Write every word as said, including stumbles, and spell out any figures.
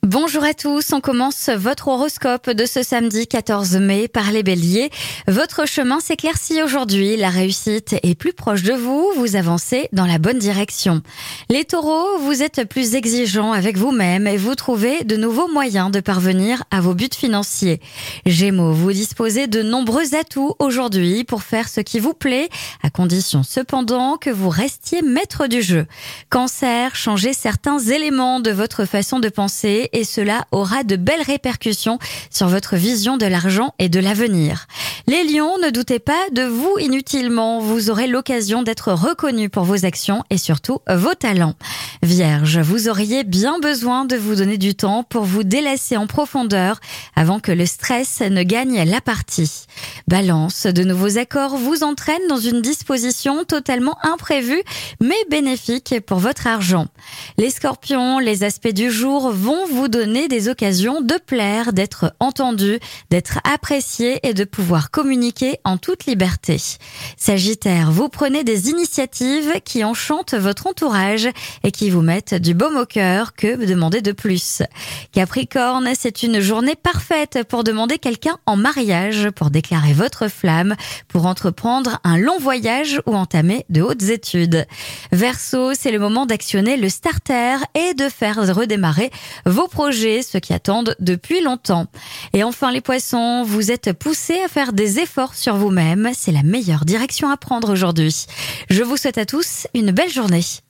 Bonjour à tous, on commence votre horoscope de ce samedi quatorze mai par les béliers. Votre chemin s'éclaircit aujourd'hui, la réussite est plus proche de vous, vous avancez dans la bonne direction. Les taureaux, vous êtes plus exigeants avec vous-même et vous trouvez de nouveaux moyens de parvenir à vos buts financiers. Gémeaux, vous disposez de nombreux atouts aujourd'hui pour faire ce qui vous plaît, à condition cependant que vous restiez maître du jeu. Cancer, changez certains éléments de votre façon de penser et cela aura de belles répercussions sur votre vision de l'argent et de l'avenir. Les lions, ne doutez pas de vous inutilement, vous aurez l'occasion d'être reconnus pour vos actions et surtout vos talents. Vierge, vous auriez bien besoin de vous donner du temps pour vous délasser en profondeur avant que le stress ne gagne la partie. Balance, de nouveaux accords vous entraînent dans une disposition totalement imprévue mais bénéfique pour votre argent. Les scorpions, les aspects du jour vont vous donner des occasions de plaire, d'être entendu, d'être apprécié et de pouvoir communiquer en toute liberté. Sagittaire, vous prenez des initiatives qui enchantent votre entourage et qui vous mettent du baume au cœur. Que demander de plus? Capricorne, c'est une journée parfaite pour demander quelqu'un en mariage, pour déclarer votre flamme, pour entreprendre un long voyage ou entamer de hautes études. Verseau, c'est le moment d'actionner le starter et de faire redémarrer vos projets, ceux qui attendent depuis longtemps. Et enfin les poissons, vous êtes poussés à faire des efforts sur vous-même, c'est la meilleure direction à prendre aujourd'hui. Je vous souhaite à tous une belle journée.